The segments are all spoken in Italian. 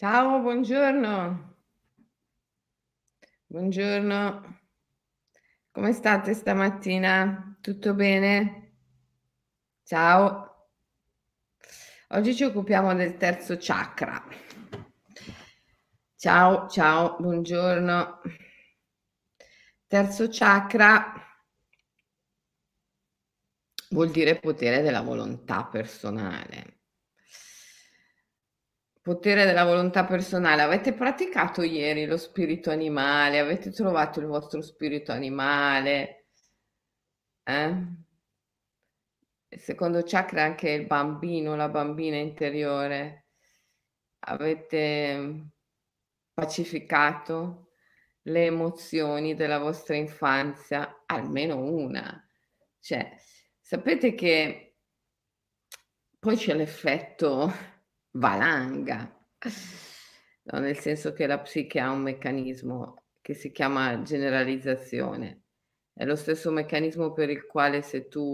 Ciao, buongiorno. Buongiorno. Come state stamattina? Tutto bene? Ciao. Oggi ci occupiamo del terzo chakra. Ciao, ciao, buongiorno. Terzo chakra vuol dire potere della volontà personale. Potere della volontà personale. Avete praticato ieri lo spirito animale? Avete trovato il vostro spirito animale? Eh? Il secondo chakra è anche il bambino, la bambina interiore. Avete, pacificato le emozioni della vostra infanzia? Almeno una. Cioè, sapete che poi c'è l'effetto valanga, no, nel senso che la psiche ha un meccanismo che si chiama generalizzazione. È lo stesso meccanismo per il quale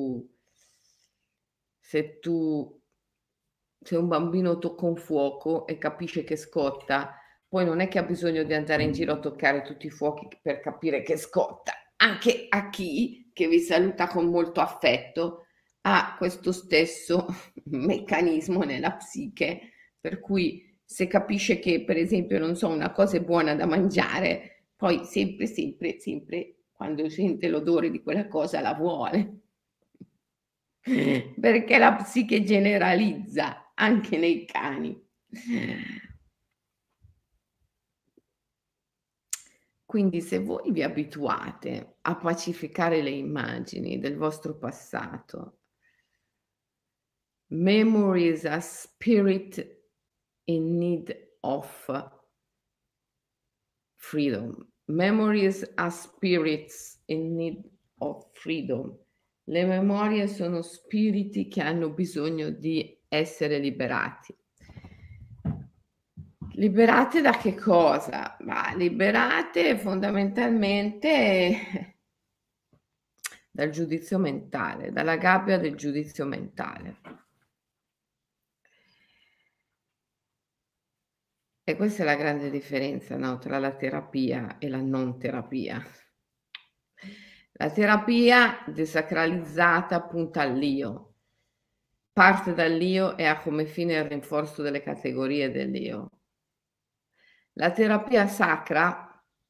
se tu se un bambino tocca un fuoco e capisce che scotta, poi non è che ha bisogno di andare in giro a toccare tutti i fuochi per capire che scotta. Anche a chi, che vi saluta con molto affetto, ha questo stesso meccanismo nella psiche, per cui se capisce che, per esempio, non so, una cosa è buona da mangiare, poi sempre, sempre, sempre quando sente l'odore di quella cosa la vuole. Perché la psiche generalizza anche nei cani. Quindi se voi vi abituate a pacificare le immagini del vostro passato, memory is a spirit in need of freedom. Memories are spirits in need of freedom. Le memorie sono spiriti che hanno bisogno di essere liberati. Liberate da che cosa? Ma liberate fondamentalmente dal giudizio mentale, dalla gabbia del giudizio mentale. E questa è la grande differenza, no, tra la terapia e la non terapia. La terapia desacralizzata punta all'io, parte dall'io e ha come fine il rinforzo delle categorie dell'io. La terapia sacra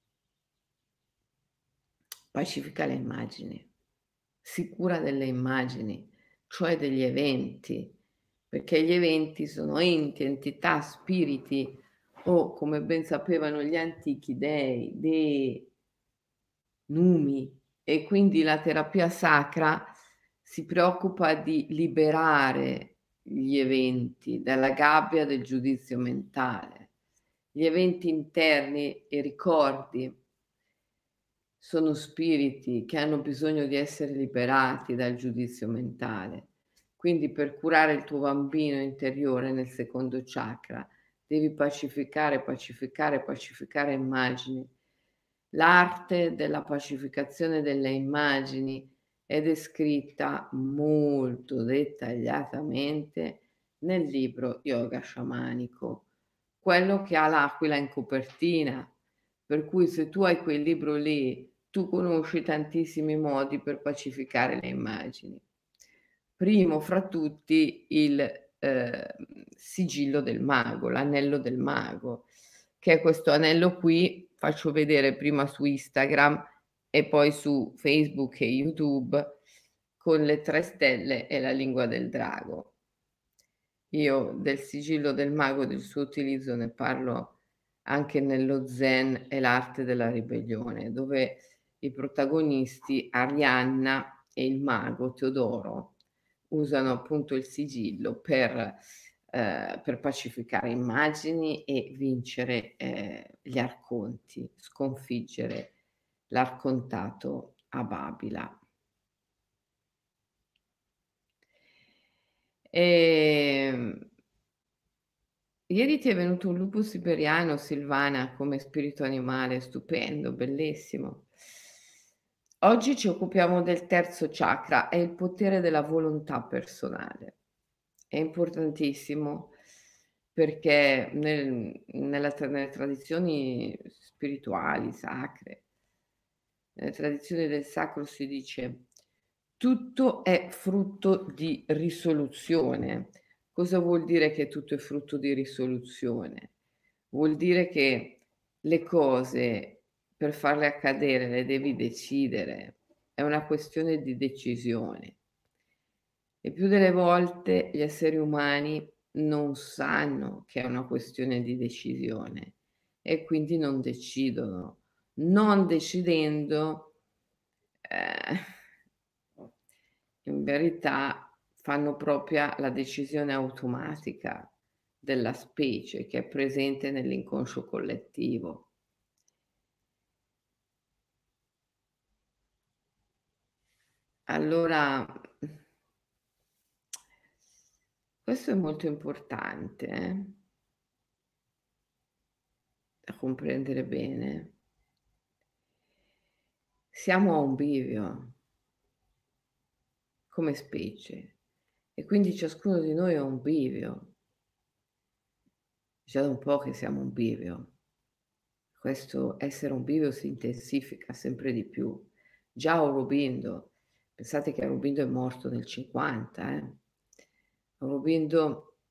pacifica le immagini, si cura delle immagini, cioè degli eventi, perché gli eventi sono enti, entità, spiriti o, come ben sapevano gli antichi dei numi, e quindi la terapia sacra si preoccupa di liberare gli eventi dalla gabbia del giudizio mentale. Gli eventi interni e ricordi sono spiriti che hanno bisogno di essere liberati dal giudizio mentale. Quindi per curare il tuo bambino interiore nel secondo chakra devi pacificare, pacificare, pacificare immagini. L'arte della pacificazione delle immagini è descritta molto dettagliatamente nel libro Yoga Sciamanico, quello che ha l'aquila in copertina, per cui se tu hai quel libro lì, tu conosci tantissimi modi per pacificare le immagini. Primo fra tutti sigillo del mago, l'anello del mago, che è questo anello qui, faccio vedere prima su Instagram e poi su Facebook e YouTube, con le 3 stelle e la lingua del drago. Io del sigillo del mago e del suo utilizzo ne parlo anche nello Zen e l'arte della ribellione, dove i protagonisti Arianna e il mago Teodoro usano appunto il sigillo per pacificare immagini e vincere, gli arconti, sconfiggere l'arcontato a Babila. Ehm Ieri ti è venuto un lupo siberiano, Silvana, come spirito animale, stupendo, bellissimo. Oggi ci occupiamo del terzo chakra, è il potere della volontà personale. È importantissimo perché nelle tradizioni spirituali, sacre, nelle tradizioni del sacro si dice: "Tutto è frutto di risoluzione". Cosa vuol dire che tutto è frutto di risoluzione? Vuol dire che le cose per farle accadere le devi decidere, è una questione di decisione. E più delle volte gli esseri umani non sanno che è una questione di decisione e quindi non decidono. Non decidendo, ehm, in verità fanno propria la decisione automatica della specie che è presente nell'inconscio collettivo. Allora, questo è molto importante, da comprendere bene. Siamo a un bivio come specie e quindi ciascuno di noi è un bivio. Già da un po' che siamo un bivio. Questo essere un bivio si intensifica sempre di più. Già Aurobindo, pensate che Aurobindo è morto nel '50, Aurobindo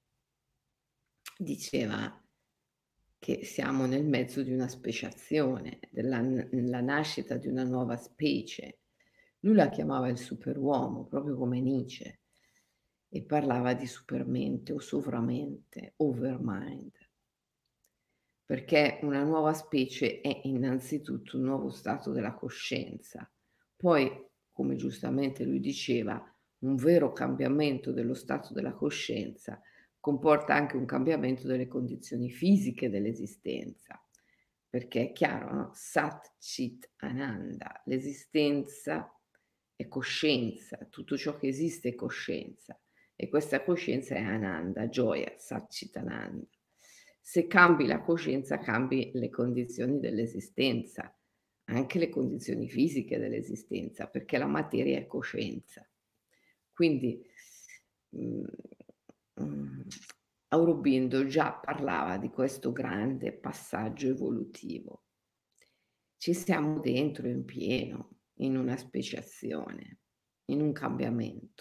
diceva che siamo nel mezzo di una speciazione, la nascita di una nuova specie. Lui la chiamava il superuomo, proprio come Nietzsche, e parlava di supermente o sovramente, overmind, perché una nuova specie è innanzitutto un nuovo stato della coscienza. Poi, come giustamente lui diceva, un vero cambiamento dello stato della coscienza comporta anche un cambiamento delle condizioni fisiche dell'esistenza, perché è chiaro, no? Sat Chit Ananda, l'esistenza è coscienza, tutto ciò che esiste è coscienza e questa coscienza è Ananda, gioia, Sat Chit Ananda. Se cambi la coscienza, cambi le condizioni dell'esistenza, anche le condizioni fisiche dell'esistenza, perché la materia è coscienza. Quindi, mhmm, mhmm, Aurobindo già parlava di questo grande passaggio evolutivo. Ci siamo dentro in pieno, in una speciazione, in un cambiamento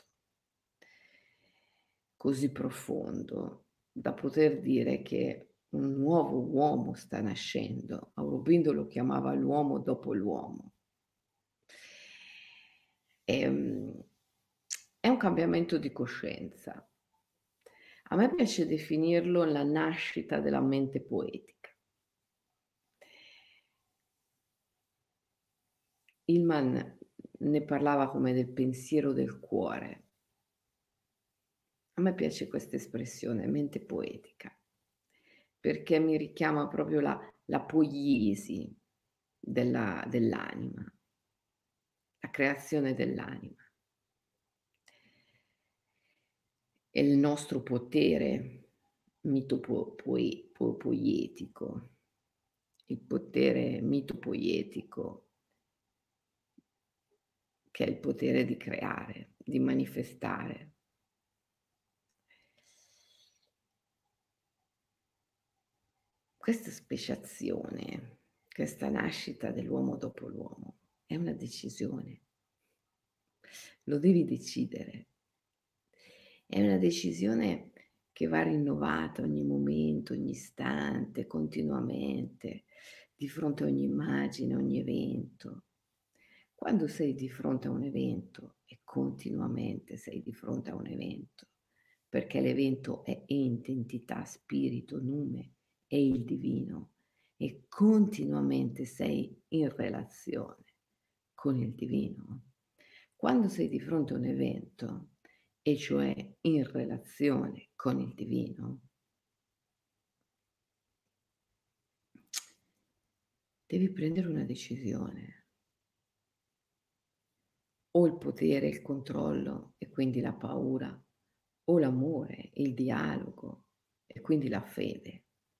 così profondo da poter dire che un nuovo uomo sta nascendo. Aurobindo lo chiamava l'uomo dopo l'uomo. Ehm, è un cambiamento di coscienza. A me piace definirlo la nascita della mente poetica. Hillman ne parlava come del pensiero del cuore. A me piace questa espressione, mente poetica, perché mi richiama proprio la poiesi dell'anima, la creazione dell'anima e il nostro potere poietico, il potere mitopoietico, che è il potere di creare, di manifestare. Questa speciazione, questa nascita dell'uomo dopo l'uomo è una decisione. Lo devi decidere. È una decisione che va rinnovata ogni momento, ogni istante, continuamente, di fronte a ogni immagine, ogni evento. Quando sei di fronte a un evento e continuamente sei di fronte a un evento, perché l'evento è ente, entità, spirito, nume, è il divino e continuamente sei in relazione con il divino. Quando sei di fronte a un evento, e cioè in relazione con il divino, devi prendere una decisione. O il potere, il controllo e quindi la paura, o l'amore, il dialogo e quindi la fede.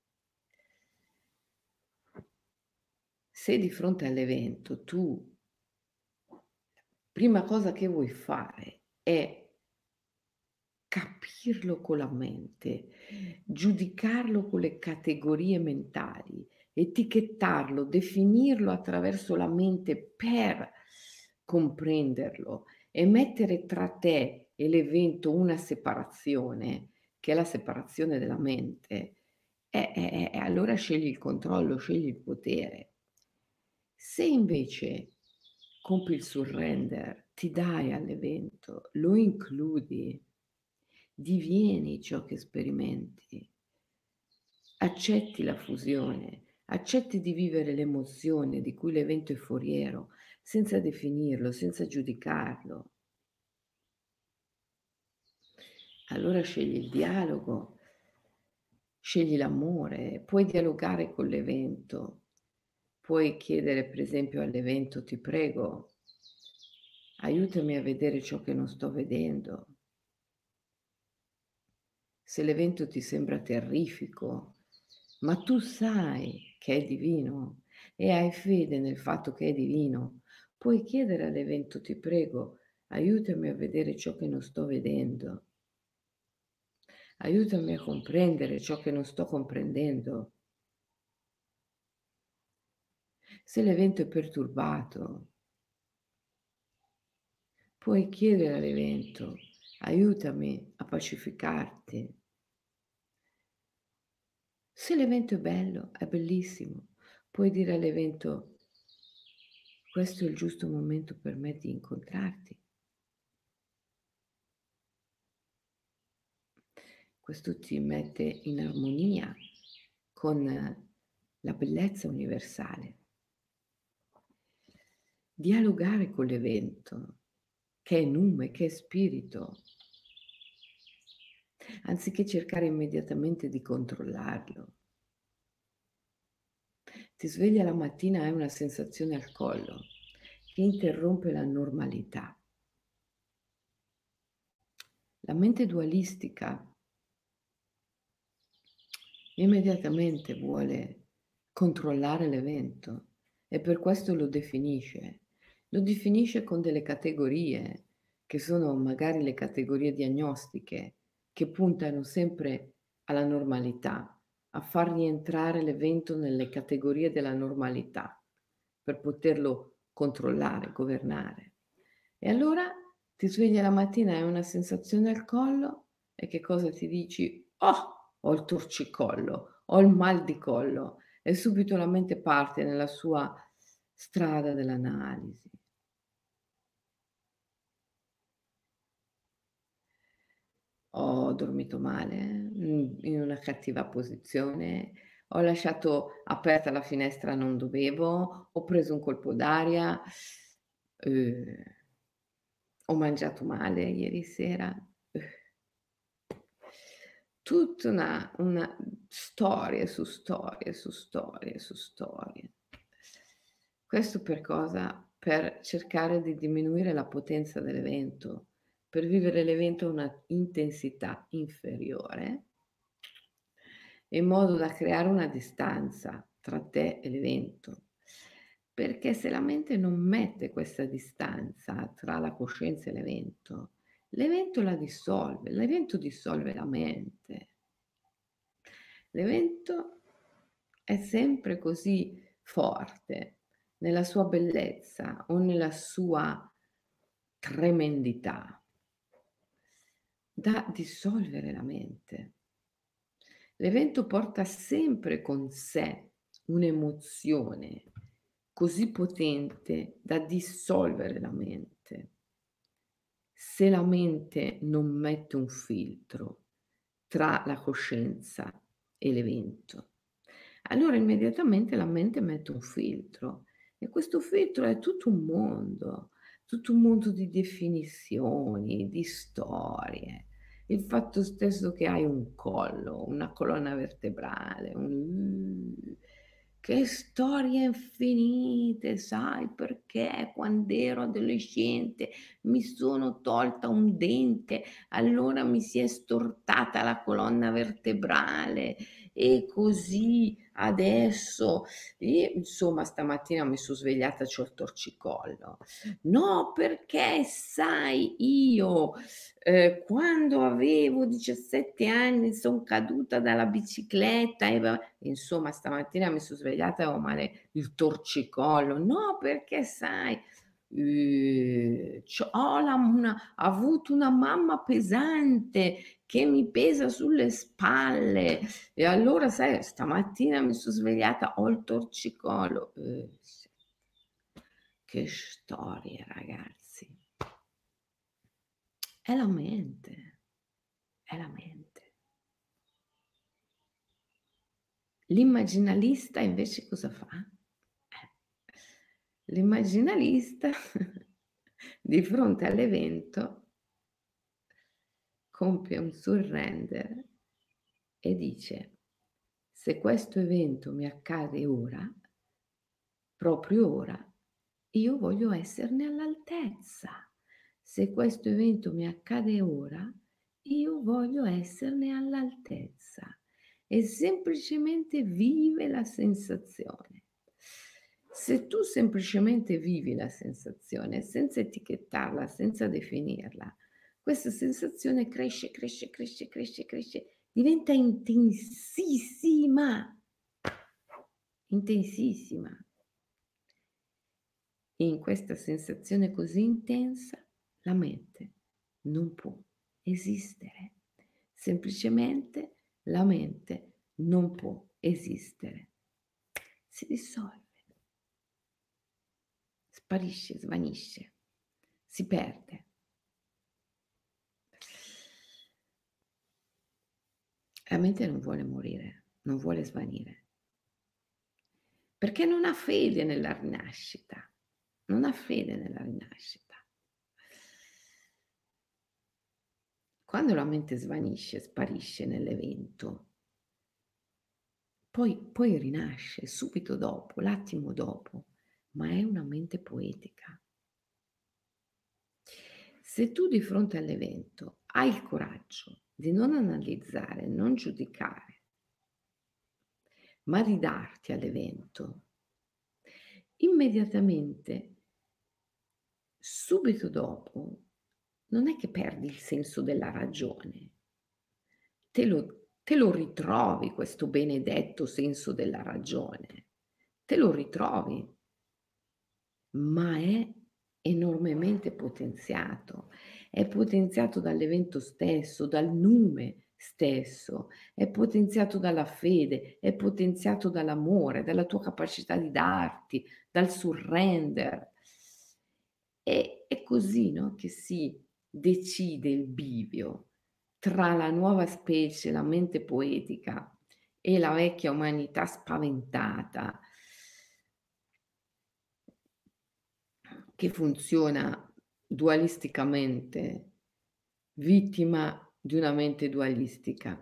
Se di fronte all'evento tu, prima cosa che vuoi fare è capirlo con la mente, giudicarlo con le categorie mentali, etichettarlo, definirlo attraverso la mente per comprenderlo e mettere tra te e l'evento una separazione, che è la separazione della mente, allora scegli il controllo, scegli il potere. Se invece compi il surrender, ti dai all'evento, lo includi, divieni ciò che sperimenti, accetti la fusione, accetti di vivere l'emozione di cui l'evento è foriero, senza definirlo, senza giudicarlo. Allora scegli il dialogo, scegli l'amore, puoi dialogare con l'evento, puoi chiedere per esempio all'evento: "Ti prego, aiutami a vedere ciò che non sto vedendo". Se l'evento ti sembra terrifico, ma tu sai che è divino e hai fede nel fatto che è divino, puoi chiedere all'evento: "Ti prego, aiutami a vedere ciò che non sto vedendo. Aiutami a comprendere ciò che non sto comprendendo". Se l'evento è perturbato, puoi chiedere all'evento: "Aiutami a pacificarti". Se l'evento è bello, è bellissimo, puoi dire all'evento: "Questo è il giusto momento per me di incontrarti". Questo ti mette in armonia con la bellezza universale. Dialogare con l'evento, che è nume, che è spirito, anziché cercare immediatamente di controllarlo. Ti svegli la mattina e hai una sensazione al collo che interrompe la normalità. La mente dualistica immediatamente vuole controllare l'evento e per questo lo definisce. Lo definisce con delle categorie che sono magari le categorie diagnostiche, che puntano sempre alla normalità, a far rientrare l'evento nelle categorie della normalità per poterlo controllare, governare. E allora ti svegli la mattina e hai una sensazione al collo e che cosa ti dici? "Oh, ho il torcicollo, ho il mal di collo", e subito la mente parte nella sua strada dell'analisi. Ho dormito male, in una cattiva posizione, ho lasciato aperta la finestra non dovevo, ho preso un colpo d'aria, uhm, ho mangiato male ieri sera. Tutta una storie su storie, su storie, su storie. Questo per cosa? Per cercare di diminuire la potenza dell'evento, per vivere l'evento a una intensità inferiore, in modo da creare una distanza tra te e l'evento. Perché se la mente non mette questa distanza tra la coscienza e l'evento la dissolve, l'evento dissolve la mente. L'evento è sempre così forte nella sua bellezza o nella sua tremendità da dissolvere la mente. L'evento porta sempre con sé un'emozione così potente da dissolvere la mente. Se la mente non mette un filtro tra la coscienza e l'evento, allora immediatamente la mente mette un filtro e questo filtro è tutto un mondo di definizioni, di storie. Il fatto stesso che hai un collo, una colonna vertebrale, che storie infinite, sai perché quand'ero adolescente mi sono tolta un dente, allora mi si è stortata la colonna vertebrale e così adesso, e insomma stamattina mi son svegliata c'ho il torcicollo. No, perché sai io, quando avevo 17 anni son caduta dalla bicicletta e va insomma stamattina mi son svegliata e avevo male il torcicollo. No, perché sai, c'ho ho la una avuto una mamma pesante che mi pesa sulle spalle e allora sai stamattina mi son svegliata, ho il torcicollo. Che storie ragazzi. È la mente, è la mente. L'immaginalista invece cosa fa? L'immaginalista di fronte all'evento compie un surrender e dice: "Se questo evento mi accade ora, proprio ora, io voglio esserne all'altezza. Se questo evento mi accade ora, io voglio esserne all'altezza." E semplicemente vive la sensazione. Se tu semplicemente vivi la sensazione senza etichettarla, senza definirla, questa sensazione cresce, cresce, cresce, cresce, cresce, diventa intensissima, intensissima. In questa sensazione così intensa la mente non può esistere. Semplicemente la mente non può esistere. Si dissolve, sparisce, svanisce, si perde. La mente non vuole morire, non vuole svanire, perché non ha fede nella rinascita, non ha fede nella rinascita. Quando la mente svanisce, sparisce nell'evento, poi rinasce subito dopo, l'attimo dopo, ma è una mente poetica. Se tu di fronte all'evento hai il coraggio di non analizzare, non giudicare, ma di darti all'evento, immediatamente, subito dopo, non è che perdi il senso della ragione, te lo ritrovi questo benedetto senso della ragione, te lo ritrovi, ma è enormemente potenziato. È potenziato dall'evento stesso, dal nume stesso, è potenziato dalla fede, è potenziato dall'amore, dalla tua capacità di darti, dal surrender. È così, no, che si decide il bivio tra la nuova specie, la mente poetica, e la vecchia umanità spaventata che funziona dualisticamente, vittima di una mente dualistica.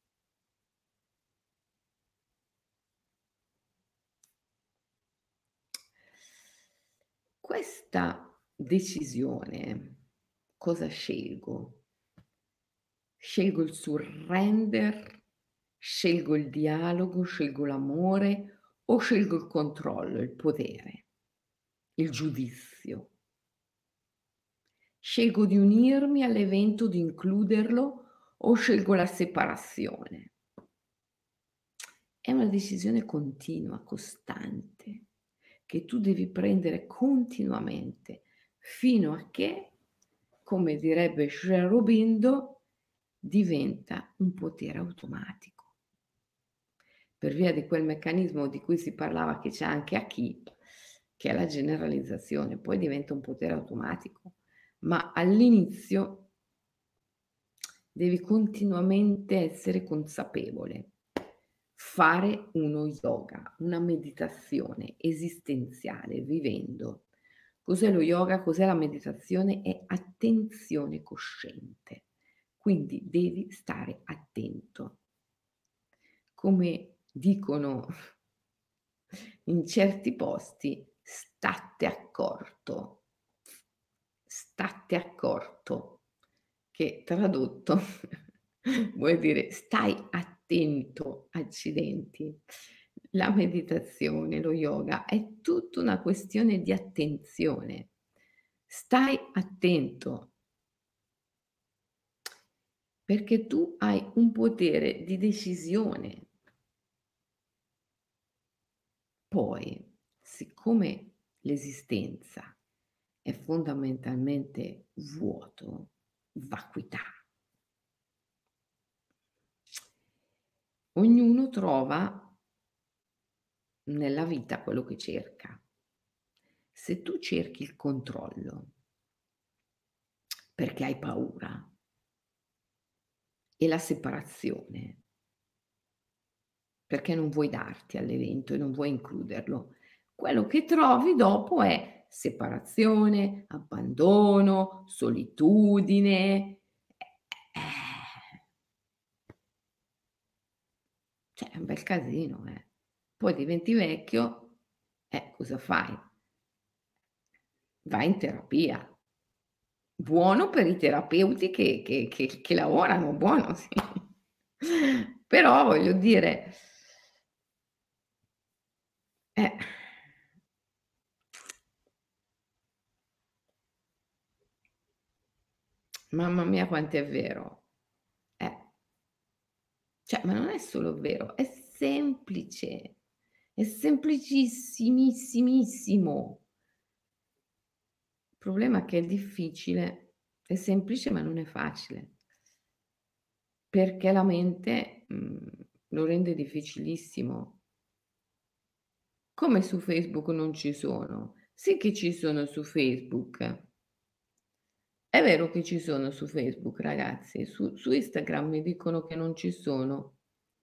Questa decisione, cosa scelgo? Scelgo il surrender, scelgo il dialogo, scelgo l'amore o scelgo il controllo, il potere, il giudizio? Scelgo di unirmi all'evento, di includerlo o scelgo la separazione? È una decisione continua, costante, che tu devi prendere continuamente fino a che, come direbbe Sri Aurobindo, diventa un potere automatico. Per via di quel meccanismo di cui si parlava che c'è anche a chi, che è la generalizzazione, poi diventa un potere automatico, ma all'inizio devi continuamente essere consapevole. Fare uno yoga, una meditazione esistenziale, vivendo. Cos'è lo yoga? Cos'è la meditazione? È attenzione cosciente. Quindi devi stare attento. Come dicono in certi posti, statte accorto. Statte accorto, che tradotto vuol dire stai attento. attento, accidenti. La meditazione, lo yoga è tutta una questione di attenzione. Stai attento, perché tu hai un potere di decisione. Poi, siccome l'esistenza è fondamentalmente vuoto, vacuità, ognuno trova nella vita quello che cerca. Se tu cerchi il controllo perché hai paura e la separazione perché non vuoi darti all'evento e non vuoi includerlo, quello che trovi dopo è separazione, abbandono, solitudine. Cioè è un bel casino, eh. Poi diventi vecchio, cosa fai? Vai in terapia. Buono per i terapeuti che lavorano, buono sì. Però voglio dire, eh, mamma mia quanto è vero. Eh, cioè, ma non è solo vero, è semplicissimissimissimo. Il problema è che è difficile, è semplice ma non è facile, perché la mente, lo rende difficilissimo. Come su Facebook non ci sono? Sì che ci sono su Facebook. È vero che ci sono su Facebook ragazzi, su Instagram mi dicono che non ci sono.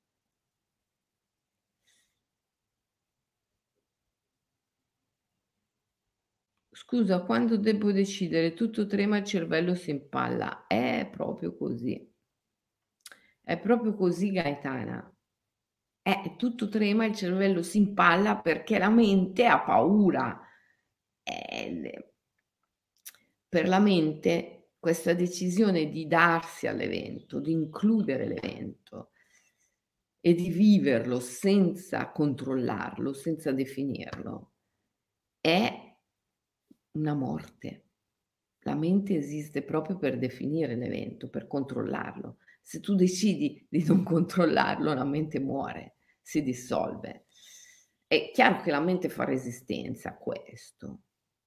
Scusa, quando devo decidere tutto trema, il cervello si impalla. È proprio così. È proprio così Gaetana. Tutto trema, il cervello si impalla perché la mente ha paura. Le per la mente questa decisione di darsi all'evento, di includere l'evento e di viverlo senza controllarlo, senza definirlo, è una morte. La mente esiste proprio per definire l'evento, per controllarlo. Se tu decidi di non controllarlo, la mente muore, si dissolve. È chiaro che la mente fa resistenza a questo,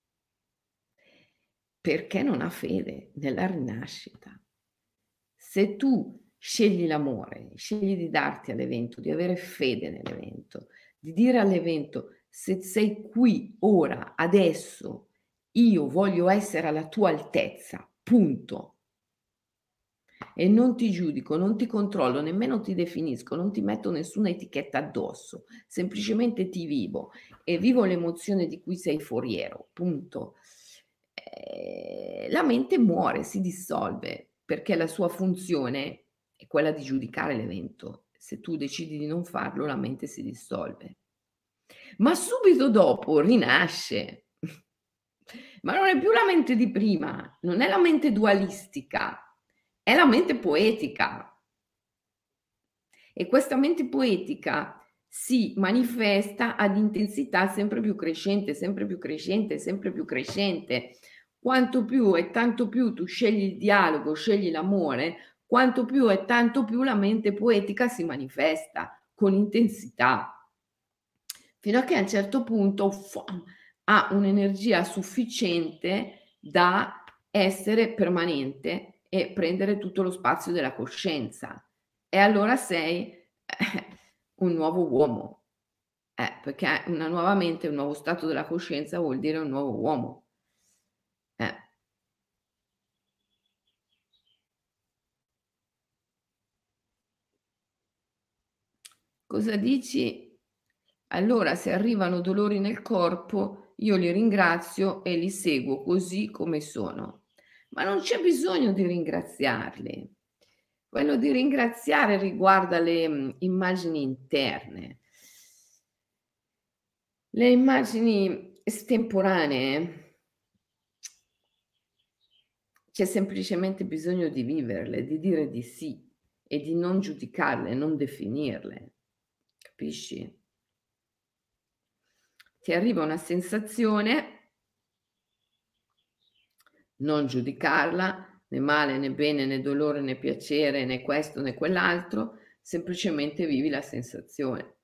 perché non ha fede nella rinascita. Se tu scegli l'amore, scegli di darti all'evento, di avere fede nell'evento, di dire all'evento: "Se sei qui, ora, adesso, io voglio essere alla tua altezza, punto. E non ti giudico, non ti controllo, nemmeno ti definisco, non ti metto nessuna etichetta addosso, semplicemente ti vivo e vivo l'emozione di cui sei foriero, punto." La mente muore, si dissolve, perché la sua funzione è quella di giudicare l'evento. Se tu decidi di non farlo, la mente si dissolve. Ma subito dopo rinasce. Ma non è più la mente di prima, non è la mente dualistica, è la mente poetica. E questa mente poetica si manifesta ad intensità sempre più crescente, sempre più crescente, sempre più crescente. Quanto più e tanto più tu scegli il dialogo, scegli l'amore, quanto più e tanto più la mente poetica si manifesta con intensità. Fino a che a un certo punto ha un'energia sufficiente da essere permanente e prendere tutto lo spazio della coscienza. E allora sei un nuovo uomo, perché una nuova mente, un nuovo stato della coscienza vuol dire un nuovo uomo. Eh. Cosa dici? Allora se arrivano dolori nel corpo, io li ringrazio e li seguo così come sono. Ma non c'è bisogno di ringraziarli. Quello di ringraziare riguarda le, immagini interne. Le immagini estemporanee c'è semplicemente bisogno di viverle, di dire di sì. e di non giudicarle, non definirle, capisci? Ti arriva una sensazione, non giudicarla, né male, né bene, né dolore, né piacere, né questo, né quell'altro, semplicemente vivi la sensazione.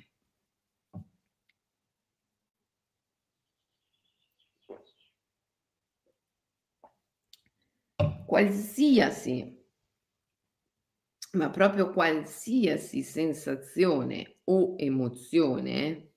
Qualsiasi, ma proprio qualsiasi sensazione o emozione,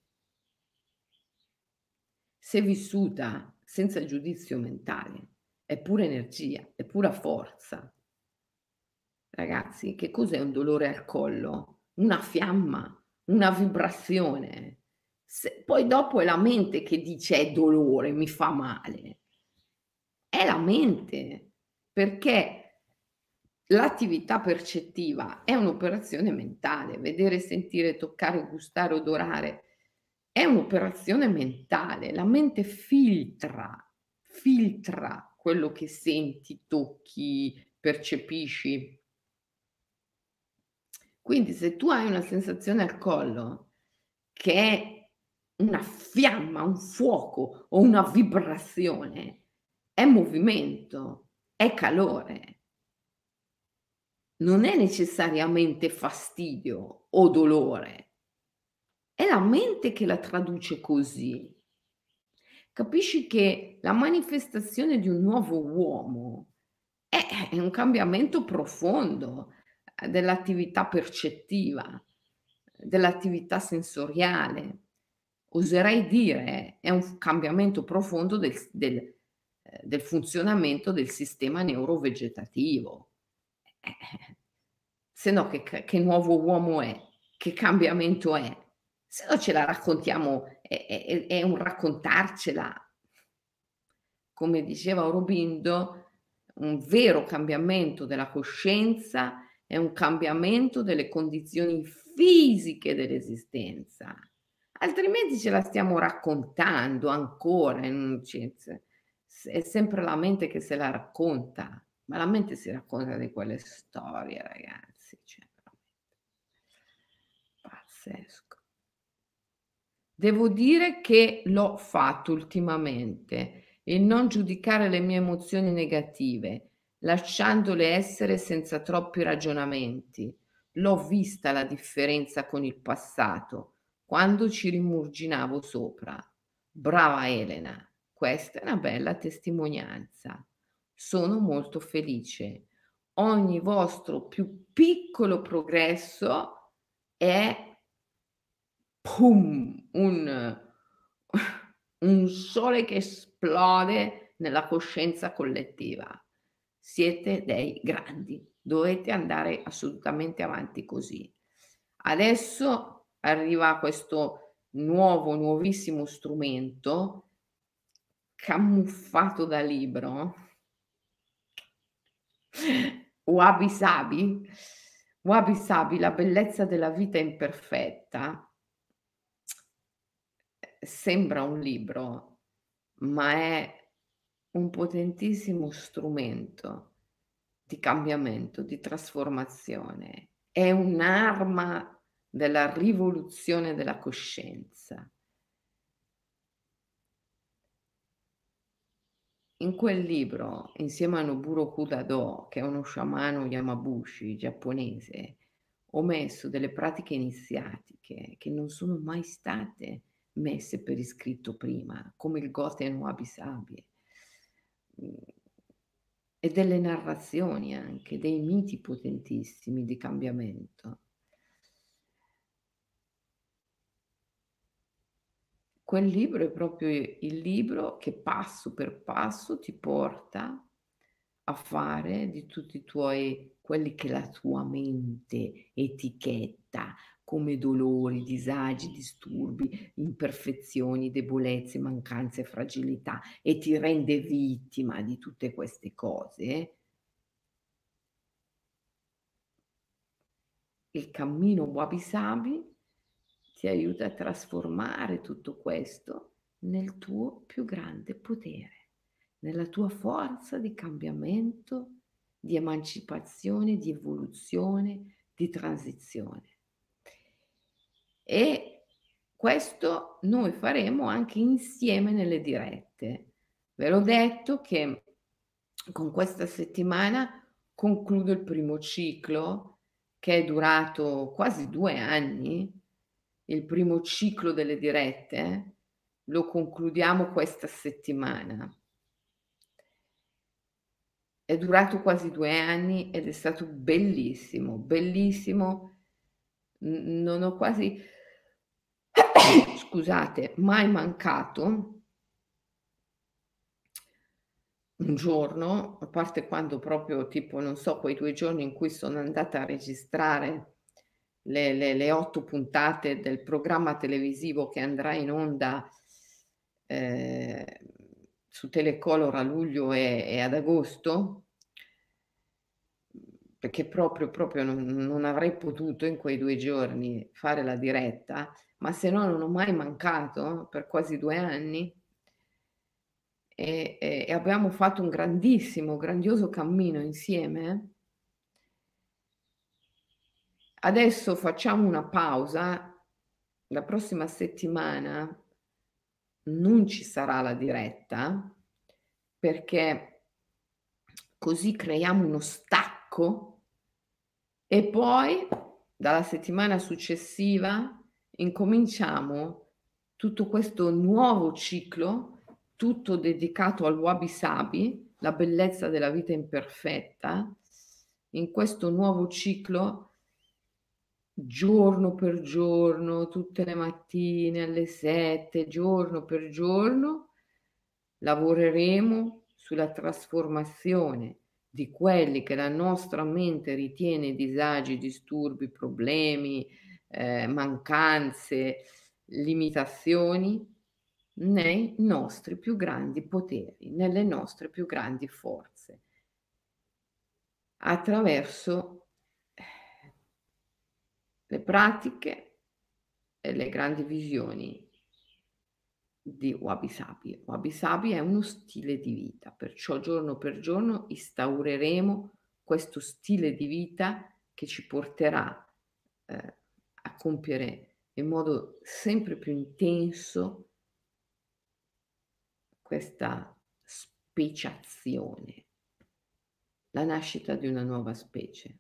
se vissuta senza giudizio mentale, è pura energia, è pura forza. Ragazzi, che cos'è un dolore al collo? Una fiamma, una vibrazione. Se poi dopo è la mente che dice: "È dolore, mi fa male". È la mente, perché l'attività percettiva è un'operazione mentale. Vedere, sentire, toccare, gustare, odorare è un'operazione mentale. La mente filtra quello che senti, tocchi, percepisci. Quindi se tu hai una sensazione al collo che è una fiamma, un fuoco o una vibrazione, è movimento, è calore, non è necessariamente fastidio o dolore, è la mente che la traduce così. Capisci che la manifestazione di un nuovo uomo è un cambiamento profondo, dell'attività percettiva, dell'attività sensoriale. Oserei dire, è un f cambiamento profondo del funzionamento del sistema neurovegetativo. Se no che nuovo uomo è? Che cambiamento è? Se no ce la raccontiamo, è un raccontarcela. Come diceva Aurobindo, un vero cambiamento della coscienza è un cambiamento delle condizioni fisiche dell'esistenza, altrimenti ce la stiamo raccontando ancora è sempre la mente che se la racconta, ma la mente si racconta di quelle storie ragazzi, cioè veramente pazzesco. Devo dire che l'ho fatto ultimamente, il non giudicare le mie emozioni negative, lasciandole essere senza troppi ragionamenti. L'ho vista la differenza con il passato, quando ci rimurginavo sopra. Brava Elena, questa è una bella testimonianza. Sono molto felice. Ogni vostro più piccolo progresso è pum, un sole che esplode nella coscienza collettiva. Siete dei grandi, dovete andare assolutamente avanti così. Adesso arriva questo nuovissimo strumento camuffato da libro, Wabi Sabi. Wabi Sabi, la bellezza della vita imperfetta. Sembra un libro, ma è un potentissimo strumento di cambiamento, di trasformazione. È un'arma della rivoluzione della coscienza. In quel libro, insieme a Noboru Kudado, che è uno sciamano Yamabushi giapponese, ho messo delle pratiche iniziatiche che non sono mai state messe per iscritto prima, come il Goten Wabi Sabi, mhmm, e delle narrazioni anche, dei miti potentissimi di cambiamento. Quel libro è proprio il libro che passo per passo ti porta a fare di tutti i tuoi quelli che la tua mente etichetta come dolori, disagi, disturbi, imperfezioni, debolezze, mancanze, fragilità e ti rende vittima di tutte queste cose. Il cammino Wabi Sabi ti aiuta a trasformare tutto questo nel tuo più grande potere, nella tua forza di cambiamento di emancipazione, di evoluzione, di transizione. E questo noi faremo anche insieme nelle dirette. Ve l'ho detto che con questa settimana concludo il primo ciclo, che è durato quasi 2 anni. Il primo ciclo delle dirette lo concludiamo questa settimana. È durato quasi 2 anni ed è stato bellissimo, bellissimo. Non ho quasi scusate, mai mancato un giorno, a parte quando proprio tipo, non so, quei 2 giorni in cui sono andata a registrare le 8 puntate del programma televisivo che andrà in onda, ehm, su Telecolor a luglio e ad agosto, perché proprio non avrei potuto in quei 2 giorni fare la diretta, ma se no non ho mai mancato per quasi 2 anni. E abbiamo fatto un grandissimo, grandioso cammino insieme. Adesso facciamo una pausa, la prossima settimana non ci sarà la diretta, perché così creiamo uno stacco e poi dalla settimana successiva incominciamo tutto questo nuovo ciclo, tutto dedicato al wabi sabi, la bellezza della vita imperfetta. In questo nuovo ciclo, giorno per giorno, tutte le mattine alle 7, giorno per giorno, lavoreremo sulla trasformazione di quelli che la nostra mente ritiene disagi, disturbi, problemi, mancanze, limitazioni, nei nostri più grandi poteri, nelle nostre più grandi forze, attraverso le pratiche e le grandi visioni di Wabi Sabi. Wabi Sabi è uno stile di vita, perciò giorno per giorno instaureremo questo stile di vita che ci porterà a compiere in modo sempre più intenso questa speciazione, la nascita di una nuova specie.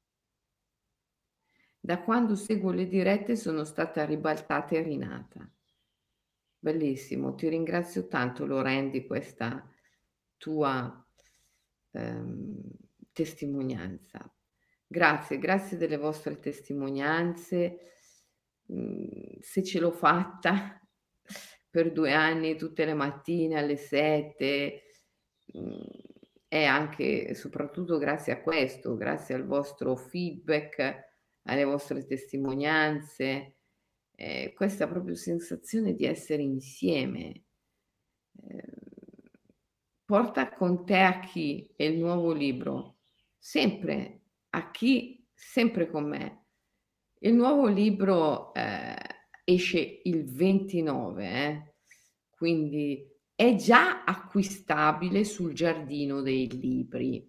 Da quando seguo le dirette sono stata ribaltata e rinata. Bellissimo, ti ringrazio tanto Loren di questa tua ehm, testimonianza. Grazie, grazie delle vostre testimonianze. Se ce l'ho fatta per 2 anni, tutte le mattine alle 7, mhmm, è anche e soprattutto grazie a questo, grazie al vostro feedback, alle vostre testimonianze, questa proprio sensazione di essere insieme. Ehm, porta con te a chi è il nuovo libro? Sempre a chi sempre con me. Il nuovo libro, esce il 29, quindi è già acquistabile sul Giardino dei Libri.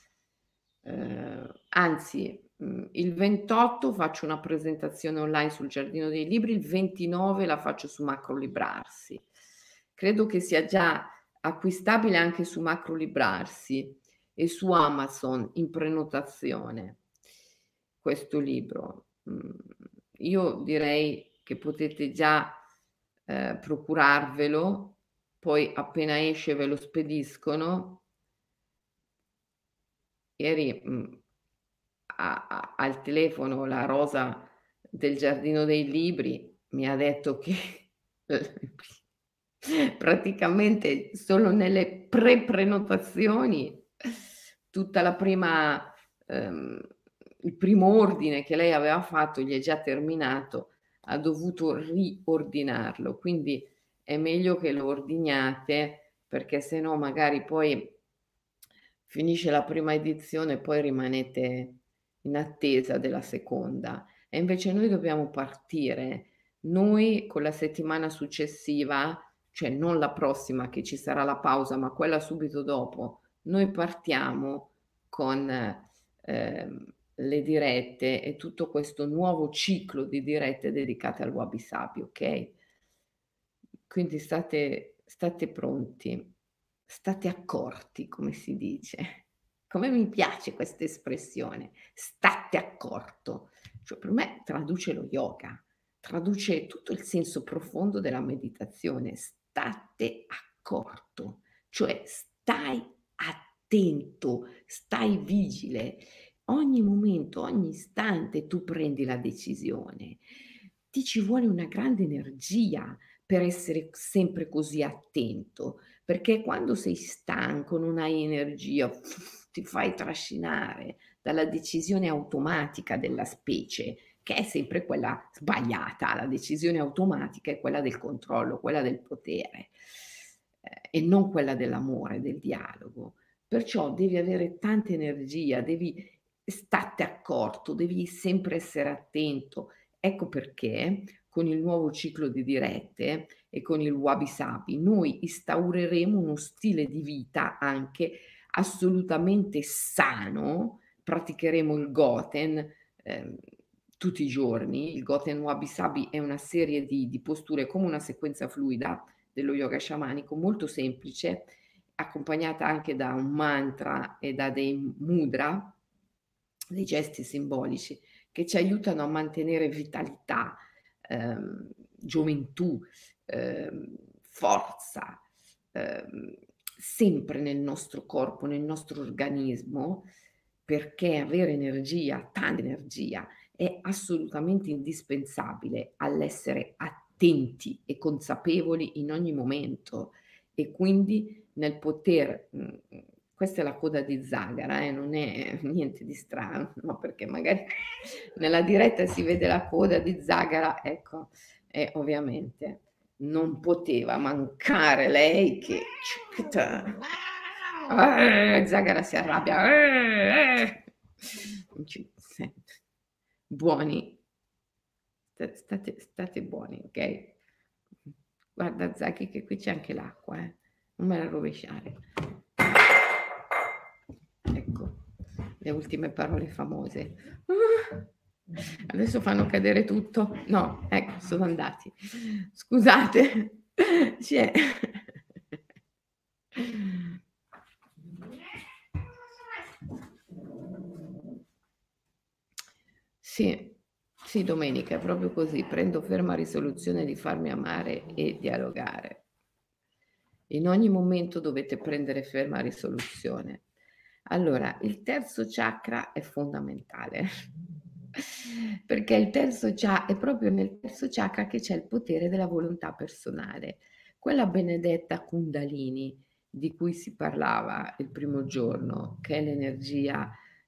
Anzi, il 28 faccio una presentazione online sul Giardino dei Libri, il 29 la faccio su Macrolibrarsi. Credo che sia già acquistabile anche su Macrolibrarsi e su Amazon in prenotazione questo libro. Io direi che potete già, procurarvelo, poi appena esce ve lo spediscono. Ieri, al telefono la Rosa del Giardino dei Libri mi ha detto che praticamente solo nelle pre-prenotazioni tutta la prima il primo ordine che lei aveva fatto gli è già terminato, ha dovuto riordinarlo, quindi è meglio che lo ordiniate perché se no magari poi finisce la prima edizione e poi rimanete in attesa della seconda. E invece noi dobbiamo partire. Noi con la settimana successiva, cioè non la prossima che ci sarà la pausa, ma quella subito dopo, noi partiamo con le dirette e tutto questo nuovo ciclo di dirette dedicate al Wabi Sabi, okay? Quindi state pronti, state accorti, come si dice. Come mi piace questa espressione, "state accorto", cioè per me traduce lo yoga, traduce tutto il senso profondo della meditazione. State accorto, cioè stai attento, stai vigile. Ogni momento, ogni istante tu prendi la decisione. Ti ci vuole una grande energia per essere sempre così attento, perché quando sei stanco, non hai energia, ti fai trascinare dalla decisione automatica della specie, che è sempre quella sbagliata. La decisione automatica è quella del controllo, quella del potere, e non quella dell'amore, del dialogo. Perciò devi avere tanta energia, devi state accorto, devi sempre essere attento. Ecco perché con il nuovo ciclo di dirette e con il Wabi Sabi noi instaureremo uno stile di vita anche assolutamente sano, praticheremo il Goten, ehm, tutti i giorni. Il Goten Wabi Sabi è una serie di posture come una sequenza fluida dello yoga sciamanico, molto semplice, accompagnata anche da un mantra e da dei mudra, dei gesti simbolici che ci aiutano a mantenere vitalità, gioventù, forza, ehm, sempre nel nostro corpo, nel nostro organismo, perché avere energia, tanta energia, è assolutamente indispensabile all'essere attenti e consapevoli in ogni momento e quindi nel poter questa è la coda di Zagara, non è niente di strano, no, perché magari nella diretta si vede la coda di Zagara, ecco, e ovviamente non poteva mancare lei che Zagara si arrabbia, buoni, state buoni, ok? Guarda Zaki che qui c'è anche l'acqua, non me la rovesciare. Ecco, le ultime parole famose. Adesso fanno cadere tutto. No, ecco, sono andati. Scusate, c'è. Sì, sì, domenica, è proprio così. Prendo ferma risoluzione di farmi amare e dialogare. In ogni momento dovete prendere ferma risoluzione. Allora, il terzo chakra è fondamentale, perché il terzo è proprio nel terzo chakra che c'è il potere della volontà personale, quella benedetta Kundalini di cui si parlava il primo giorno, che è l'energia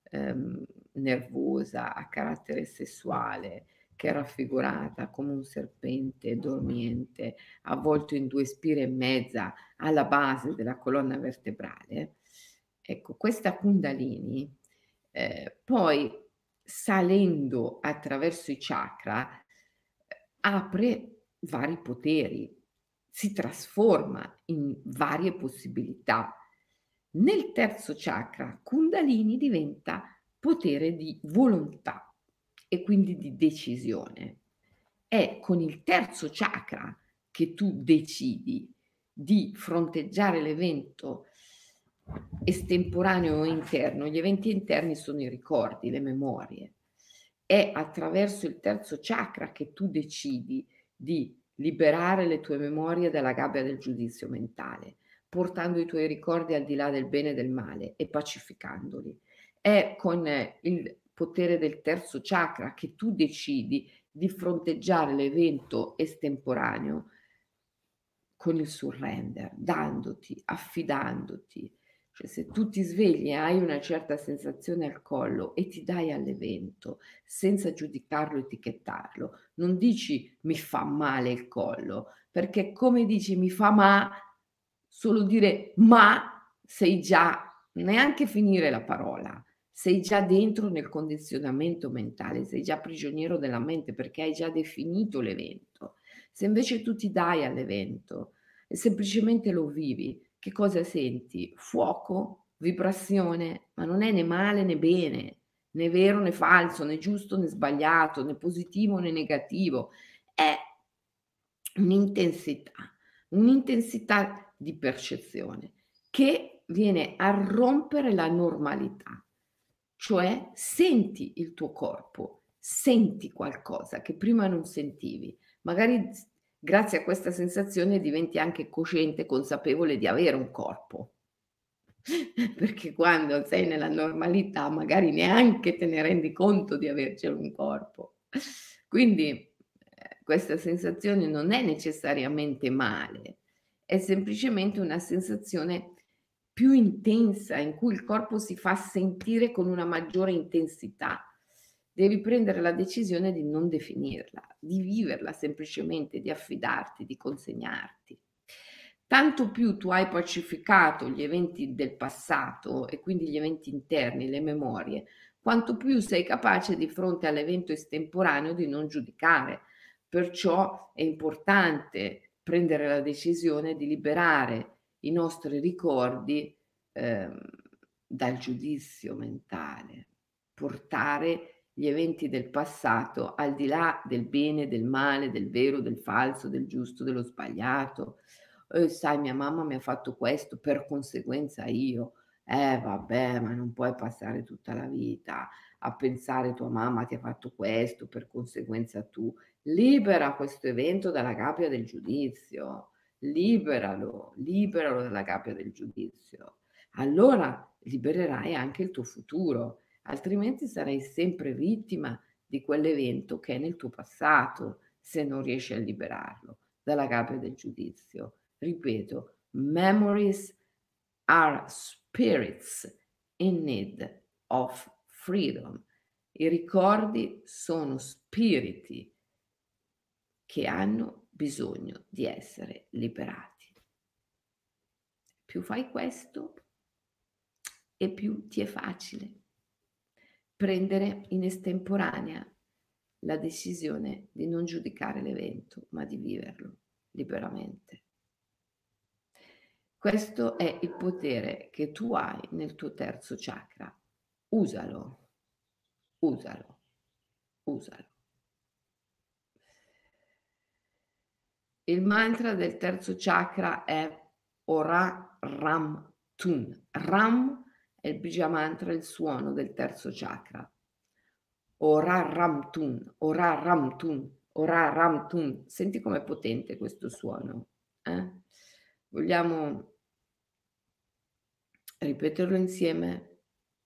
nervosa, a carattere sessuale, che è raffigurata come un serpente dormiente, avvolto in 2 spire e mezza alla base della colonna vertebrale. Ecco, questa Kundalini, poi salendo attraverso i chakra, apre vari poteri, si trasforma in varie possibilità. Nel terzo chakra, Kundalini diventa potere di volontà e quindi di decisione. È con il terzo chakra che tu decidi di fronteggiare l'evento estemporaneo o interno. Gli eventi interni sono i ricordi, le memorie. È attraverso il terzo chakra che tu decidi di liberare le tue memorie dalla gabbia del giudizio mentale, portando i tuoi ricordi al di là del bene e del male e pacificandoli. È con il potere del terzo chakra che tu decidi di fronteggiare l'evento estemporaneo con il surrender, dandoti, affidandoti. Cioè se tu ti svegli e hai una certa sensazione al collo e ti dai all'evento senza giudicarlo, etichettarlo, non dici mi fa male il collo, perché come dici mi fa ma, solo dire ma sei già, neanche finire la parola, sei già dentro nel condizionamento mentale, sei già prigioniero della mente perché hai già definito l'evento. Se invece tu ti dai all'evento e semplicemente lo vivi, che cosa senti? Fuoco, vibrazione, ma non è né male né bene, né vero né falso, né giusto né sbagliato, né positivo né negativo. È un'intensità, un'intensità di percezione che viene a rompere la normalità. Cioè senti il tuo corpo, senti qualcosa che prima non sentivi. Magari grazie a questa sensazione diventi anche cosciente, consapevole di avere un corpo. Perché quando sei nella normalità magari neanche te ne rendi conto di avercelo un corpo. Quindi, questa sensazione non è necessariamente male, è semplicemente una sensazione più intensa in cui il corpo si fa sentire con una maggiore intensità. Devi prendere la decisione di non definirla, di viverla semplicemente, di affidarti, di consegnarti. Tanto più tu hai pacificato gli eventi del passato e quindi gli eventi interni, le memorie, quanto più sei capace di fronte all'evento estemporaneo di non giudicare. Perciò è importante prendere la decisione di liberare i nostri ricordi ehm, dal giudizio mentale, portare gli eventi del passato al di là del bene, del male, del vero, del falso, del giusto, dello sbagliato. Sai mia mamma mi ha fatto questo, per conseguenza io. Vabbè, ma non puoi passare tutta la vita a pensare tua mamma ti ha fatto questo, per conseguenza tu. Libera questo evento dalla gabbia del giudizio, liberalo, liberalo dalla gabbia del giudizio. Allora libererai anche il tuo futuro, altrimenti sarai sempre vittima di quell'evento che è nel tuo passato, se non riesci a liberarlo dalla gabbia del giudizio. Ripeto, memories are spirits in need of freedom. I ricordi sono spiriti che hanno bisogno di essere liberati. Più fai questo e più ti è facile prendere in estemporanea la decisione di non giudicare l'evento, ma di viverlo liberamente. Questo è il potere che tu hai nel tuo terzo chakra. Usalo, usalo, usalo. Il mantra del terzo chakra è Ora Ram Tun. Ram è il bija mantra, il suono del terzo chakra. Ora Ram Tun, Ora Ram Tun, Ora Ram Tun. Senti com'è potente questo suono. Vogliamo ripeterlo insieme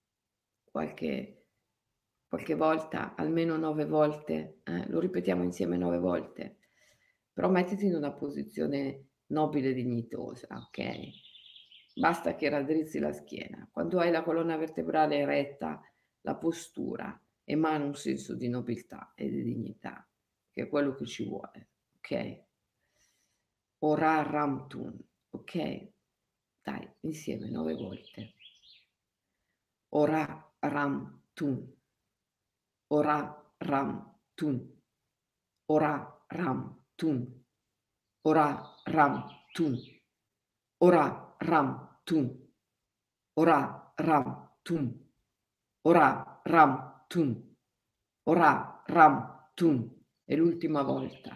qualche volta, almeno 9 volte, lo ripetiamo insieme 9 volte, però mettiti in una posizione nobile e dignitosa, okay? Basta che raddrizzi la schiena. Quando hai la colonna vertebrale eretta, la postura emana un senso di nobiltà e di dignità, che è quello che ci vuole, okay? Ora Ramtun, okay? Dai, insieme 9 volte. Ora Ramtun. Ora Ram Tun. Ora Ram Tun. Ora Ram Tun. Ora Ram Tun. Ora Ram Tun. Ora Ram Tun. Ora Ram Tun. E l'ultima volta.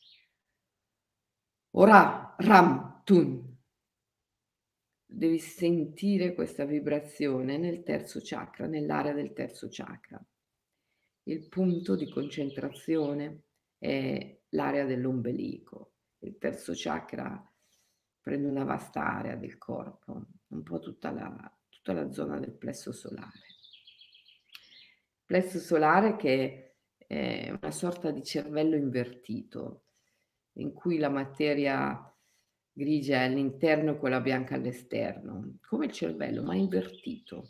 Ora Ram Tun. Devi sentire questa vibrazione nel terzo chakra, nell'area del terzo chakra. Il punto di concentrazione è l'area dell'ombelico. Il terzo chakra prende una vasta area del corpo, un po' tutta la zona del plesso solare. Plesso solare che è una sorta di cervello invertito, in cui la materia grigia è all'interno e quella bianca all'esterno, come il cervello, ma invertito.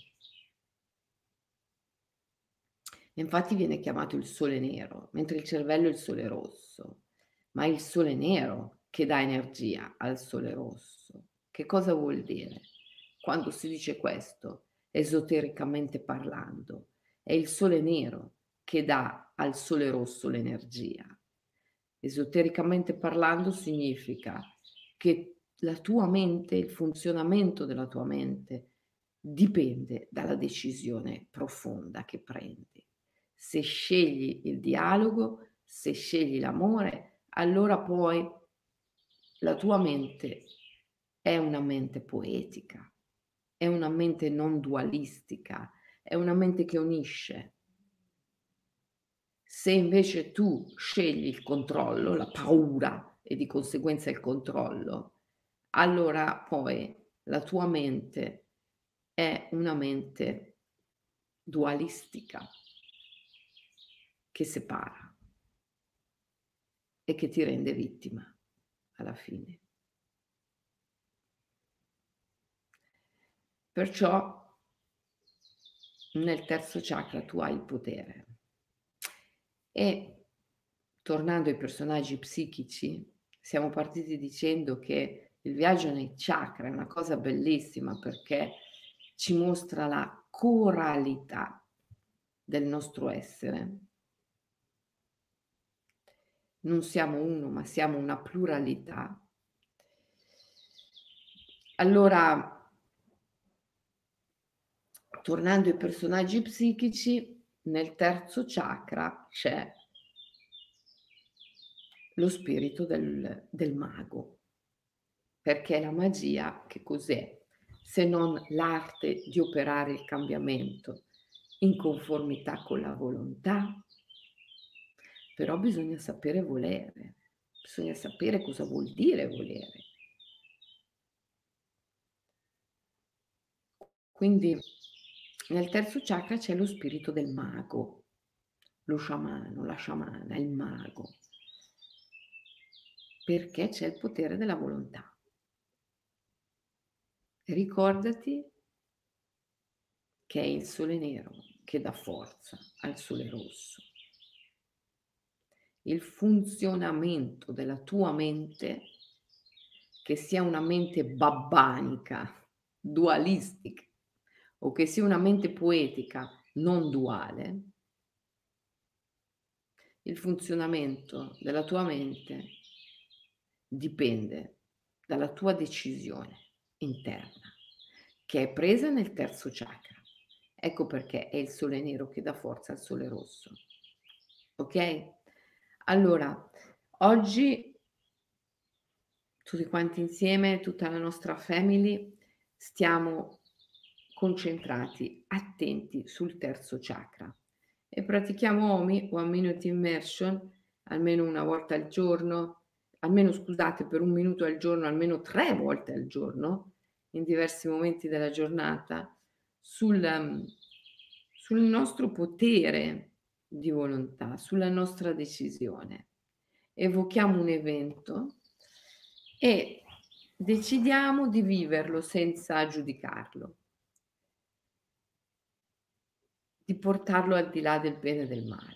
Infatti viene chiamato il sole nero, mentre il cervello è il sole rosso, ma è il sole nero che dà energia al sole rosso. Che cosa vuol dire? Quando si dice questo, esotericamente parlando, è il sole nero che dà al sole rosso l'energia. Esotericamente parlando significa che la tua mente, il funzionamento della tua mente dipende dalla decisione profonda che prendi. Se scegli il dialogo, se scegli l'amore, allora poi la tua mente è una mente poetica, è una mente non dualistica, è una mente che unisce. Se invece tu scegli il controllo, la paura e di conseguenza il controllo, allora poi la tua mente è una mente dualistica che separa e che ti rende vittima alla fine. Perciò nel terzo chakra tu hai il potere. E tornando ai personaggi psichici, siamo partiti dicendo che il viaggio nei chakra è una cosa bellissima perché ci mostra la coralità del nostro essere. Non siamo uno, ma siamo una pluralità. Allora, tornando ai personaggi psichici, nel terzo chakra c'è lo spirito del mago, perché la magia che cos'è? Se non l'arte di operare il cambiamento in conformità con la volontà, però bisogna sapere volere, bisogna sapere cosa vuol dire volere. Quindi nel terzo chakra c'è lo spirito del mago, lo sciamano, la sciamana, il mago, perché c'è il potere della volontà. Ricordati che è il sole nero che dà forza al sole rosso. Il funzionamento della tua mente, che sia una mente babbanica, dualistica, o che sia una mente poetica non duale, il funzionamento della tua mente dipende dalla tua decisione interna, che è presa nel terzo chakra. Ecco perché è il sole nero che dà forza al sole rosso. Ok? Allora, oggi tutti quanti insieme, tutta la nostra family, stiamo concentrati, attenti sul terzo chakra e pratichiamo OMI, One Minute Immersion, almeno una volta al giorno, almeno scusate, per 1 minuto al giorno, almeno 3 volte al giorno, in diversi momenti della giornata, sul nostro potere di volontà, sulla nostra decisione. Evochiamo un evento e decidiamo di viverlo senza giudicarlo, di portarlo al di là del bene e del male.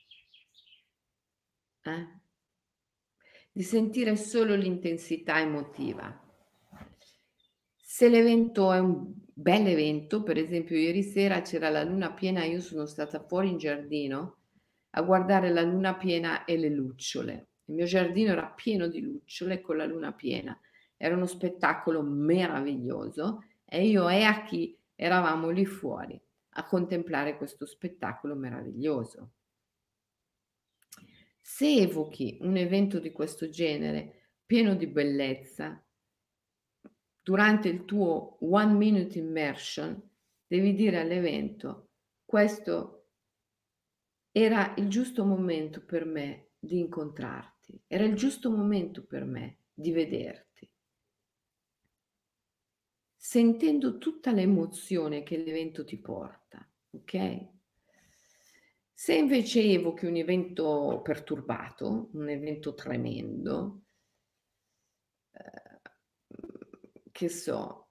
Di sentire solo l'intensità emotiva. Se l'evento è un bell'evento, per esempio ieri sera c'era la luna piena, io sono stata fuori in giardino a guardare la luna piena e le lucciole. Il mio giardino era pieno di lucciole con la luna piena. Era uno spettacolo meraviglioso e io e Aki eravamo lì fuori a contemplare questo spettacolo meraviglioso. Se evochi un evento di questo genere, pieno di bellezza, durante il tuo 1 minute immersion, devi dire all'evento: questo era il giusto momento per me di incontrarti, era il giusto momento per me di vederti. Sentendo tutta l'emozione che l'evento ti porta, ok? Se invece evochi un evento perturbato, un evento tremendo, che so,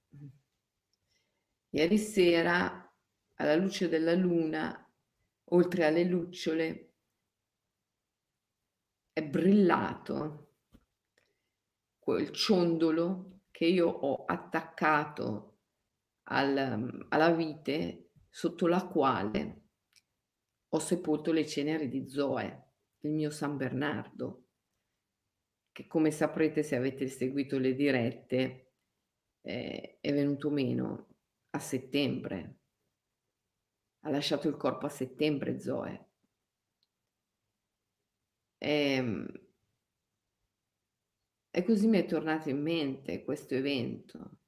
ieri sera alla luce della luna, oltre alle lucciole, è brillato quel ciondolo che io ho attaccato alla vite sotto la quale ho sepolto le ceneri di Zoe, il mio San Bernardo, che come saprete se avete seguito le dirette, è venuto meno a settembre, ha lasciato il corpo a settembre Zoe. Ehm, e così mi è tornato in mente questo evento.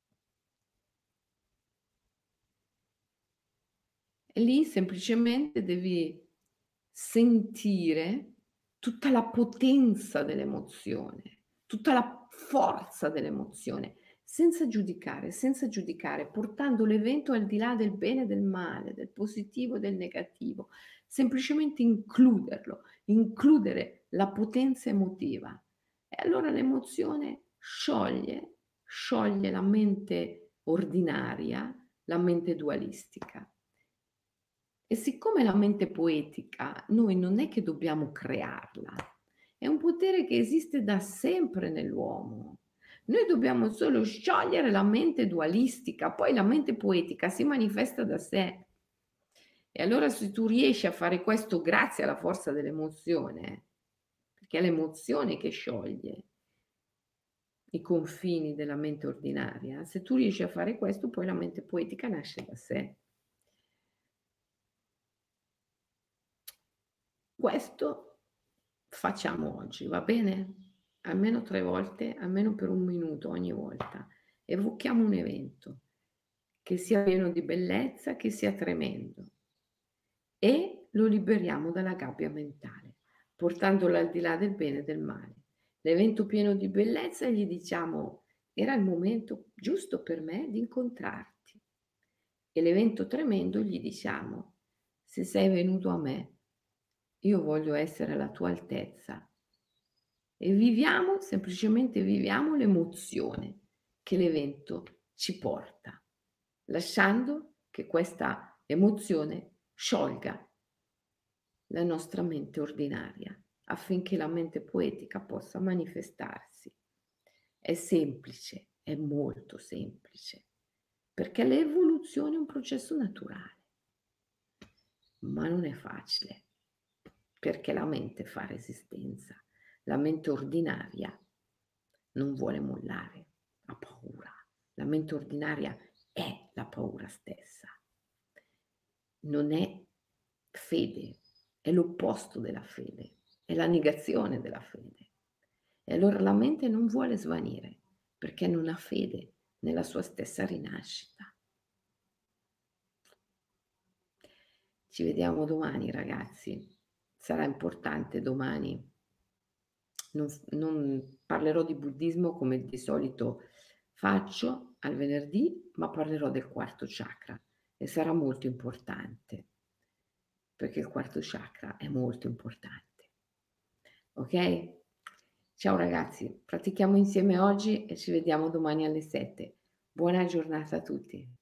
E lì semplicemente devi sentire tutta la potenza dell'emozione, tutta la forza dell'emozione, senza giudicare, portando l'evento al di là del bene e del male, del positivo e del negativo, semplicemente includerlo, includere la potenza emotiva. E allora l'emozione scioglie la mente ordinaria, la mente dualistica. E siccome la mente poetica noi non è che dobbiamo crearla, è un potere che esiste da sempre nell'uomo. Noi dobbiamo solo sciogliere la mente dualistica, poi la mente poetica si manifesta da sé. E allora se tu riesci a fare questo grazie alla forza dell'emozione, perché è l'emozione che scioglie i confini della mente ordinaria, se tu riesci a fare questo, poi la mente poetica nasce da sé. Questo facciamo oggi, va bene? Almeno 3 volte, almeno per 1 minuto ogni volta. Evochiamo un evento, che sia pieno di bellezza, che sia tremendo, e lo liberiamo dalla gabbia mentale, portandolo al di là del bene e del male. L'evento pieno di bellezza gli diciamo: "Era il momento giusto per me di incontrarti". E l'evento tremendo gli diciamo: "Se sei venuto a me, io voglio essere alla tua altezza". E viviamo, semplicemente viviamo l'emozione che l'evento ci porta, lasciando che questa emozione sciolga la nostra mente ordinaria, affinché la mente poetica possa manifestarsi. È semplice, è molto semplice, perché l'evoluzione è un processo naturale, ma non è facile, perché la mente fa resistenza. La mente ordinaria non vuole mollare, ha paura. La mente ordinaria è la paura stessa. Non è fede, è l'opposto della fede, è la negazione della fede. E allora la mente non vuole svanire, perché non ha fede nella sua stessa rinascita. Ci vediamo domani ragazzi. Sarà importante domani. Non parlerò di buddismo come di solito faccio al venerdì, ma parlerò del quarto chakra e sarà molto importante, perché il quarto chakra è molto importante. Ok? Ciao ragazzi, pratichiamo insieme oggi e ci vediamo domani alle 7. Buona giornata a tutti.